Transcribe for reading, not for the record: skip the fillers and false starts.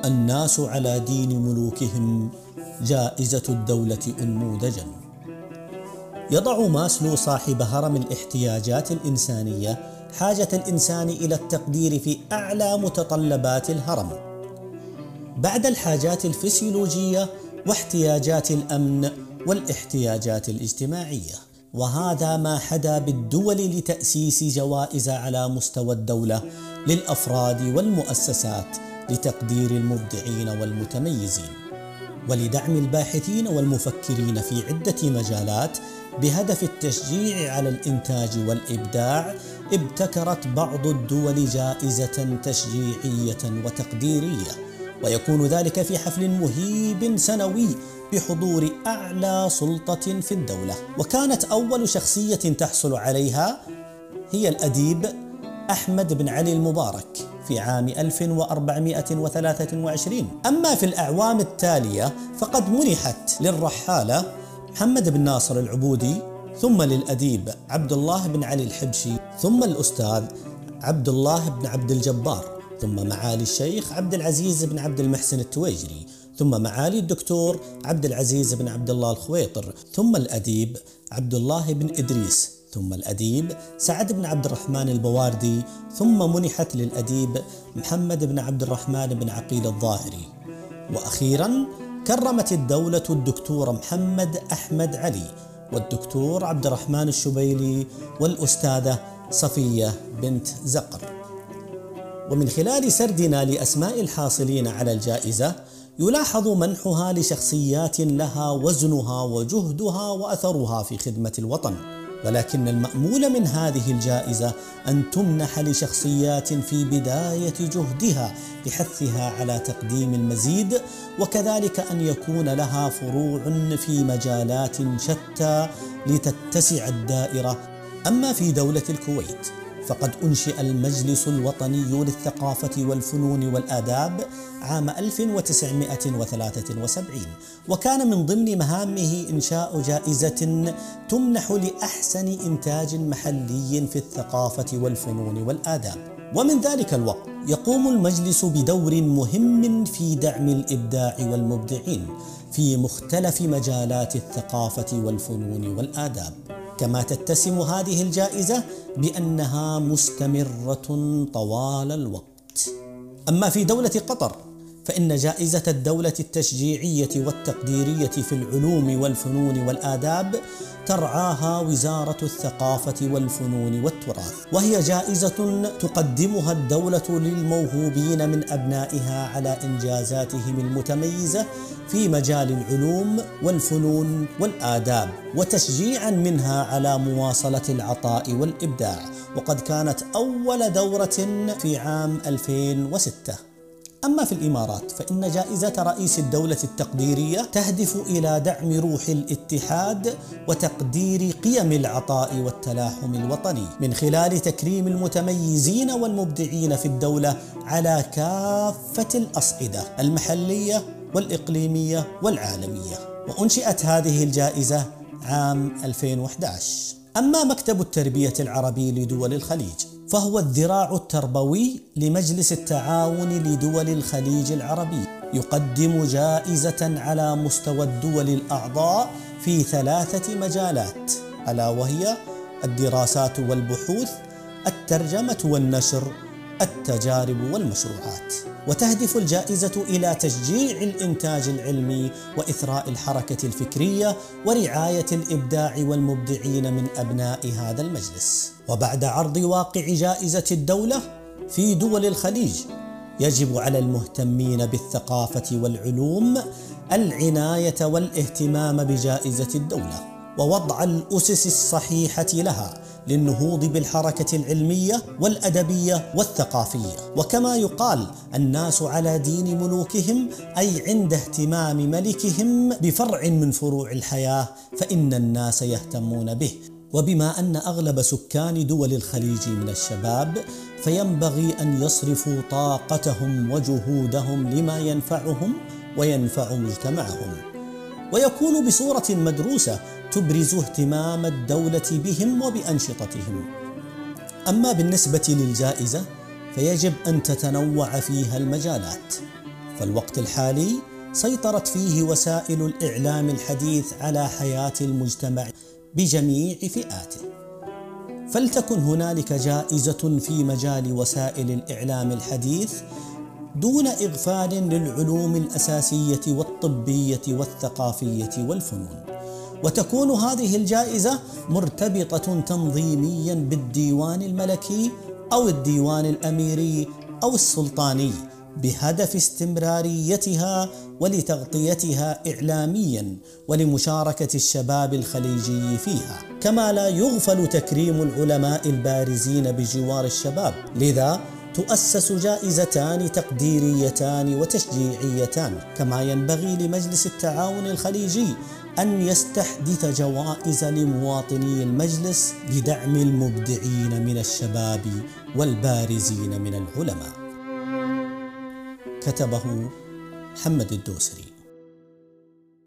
الناس على دين ملوكهم، جائزة الدولة أنموذجا. يضع ماسلو صاحب هرم الاحتياجات الإنسانية حاجة الإنسان إلى التقدير في أعلى متطلبات الهرم بعد الحاجات الفسيولوجية واحتياجات الأمن والاحتياجات الاجتماعية. وهذا ما حدا بالدول لتأسيس جوائز على مستوى الدولة للأفراد والمؤسسات لتقدير المبدعين والمتميزين ولدعم الباحثين والمفكرين في عدة مجالات بهدف التشجيع على الإنتاج والإبداع. ابتكرت بعض الدول جائزة تشجيعية وتقديرية، ويكون ذلك في حفل مهيب سنوي بحضور أعلى سلطة في الدولة. وكانت أول شخصية تحصل عليها هي الأديب أحمد بن علي المبارك في عام 1423. أما في الأعوام التالية فقد منحت للرحالة محمد بن ناصر العبودي، ثم للأديب عبد الله بن علي الحبشي، ثم الأستاذ عبد الله بن عبد الجبار، ثم معالي الشيخ عبد العزيز بن عبد المحسن التويجري، ثم معالي الدكتور عبد العزيز بن عبد الله الخويطر، ثم الأديب عبد الله بن إدريس، ثم الأديب سعد بن عبد الرحمن البواردي، ثم منحت للأديب محمد بن عبد الرحمن بن عقيل الظاهري. وأخيرا كرمت الدولة الدكتور محمد أحمد علي والدكتور عبد الرحمن الشبيلي والأستاذة صفية بنت زقر. ومن خلال سردنا لأسماء الحاصلين على الجائزة يلاحظ منحها لشخصيات لها وزنها وجهدها وأثرها في خدمة الوطن، ولكن المأمول من هذه الجائزة أن تمنح لشخصيات في بداية جهدها بحثها على تقديم المزيد، وكذلك أن يكون لها فروع في مجالات شتى لتتسع الدائرة. أما في دولة الكويت فقد أنشئ المجلس الوطني للثقافة والفنون والآداب عام 1973، وكان من ضمن مهامه إنشاء جائزة تمنح لأحسن إنتاج محلي في الثقافة والفنون والآداب. ومن ذلك الوقت يقوم المجلس بدور مهم في دعم الإبداع والمبدعين في مختلف مجالات الثقافة والفنون والآداب. كما تتسم هذه الجائزة بأنها مستمرة طوال الوقت. أما في دولة قطر فإن جائزة الدولة التشجيعية والتقديرية في العلوم والفنون والآداب ترعاها وزارة الثقافة والفنون والتراث، وهي جائزة تقدمها الدولة للموهوبين من أبنائها على إنجازاتهم المتميزة في مجال العلوم والفنون والآداب، وتشجيعا منها على مواصلة العطاء والإبداع. وقد كانت أول دورة في عام 2006. أما في الإمارات فإن جائزة رئيس الدولة التقديرية تهدف إلى دعم روح الاتحاد وتقدير قيم العطاء والتلاحم الوطني من خلال تكريم المتميزين والمبدعين في الدولة على كافة الأصعدة المحلية والإقليمية والعالمية. وأنشئت هذه الجائزة عام 2011. أما مكتب التربية العربي لدول الخليج فهو الذراع التربوي لمجلس التعاون لدول الخليج العربي، يقدم جائزة على مستوى الدول الأعضاء في 3 مجالات، ألا وهي الدراسات والبحوث، الترجمة والنشر، التجارب والمشروعات. وتهدف الجائزة إلى تشجيع الإنتاج العلمي وإثراء الحركة الفكرية ورعاية الإبداع والمبدعين من أبناء هذا المجلس. وبعد عرض واقع جائزة الدولة في دول الخليج يجب على المهتمين بالثقافة والعلوم العناية والاهتمام بجائزة الدولة ووضع الأسس الصحيحة لها للنهوض بالحركة العلمية والأدبية والثقافية. وكما يقال الناس على دين ملوكهم، أي عند اهتمام ملكهم بفرع من فروع الحياة فإن الناس يهتمون به. وبما أن أغلب سكان دول الخليج من الشباب فينبغي أن يصرفوا طاقتهم وجهودهم لما ينفعهم وينفع مجتمعهم، ويكون بصورة مدروسة تبرز اهتمام الدولة بهم وبأنشطتهم. أما بالنسبة للجائزة فيجب أن تتنوع فيها المجالات، فالوقت الحالي سيطرت فيه وسائل الإعلام الحديث على حياة المجتمع بجميع فئاته، فلتكن هنالك جائزة في مجال وسائل الإعلام الحديث دون إغفال للعلوم الأساسية والطبية والثقافية والفنون، وتكون هذه الجائزة مرتبطة تنظيميا بالديوان الملكي أو الديوان الأميري أو السلطاني بهدف استمراريتها ولتغطيتها إعلاميا ولمشاركة الشباب الخليجي فيها، كما لا يغفل تكريم العلماء البارزين بجوار الشباب. لذا تؤسس جائزتان تقديريتان وتشجيعيتان، كما ينبغي لمجلس التعاون الخليجي أن يستحدث جوائز لمواطني المجلس لدعم المبدعين من الشباب والبارزين من العلماء. كتبه محمد الدوسري.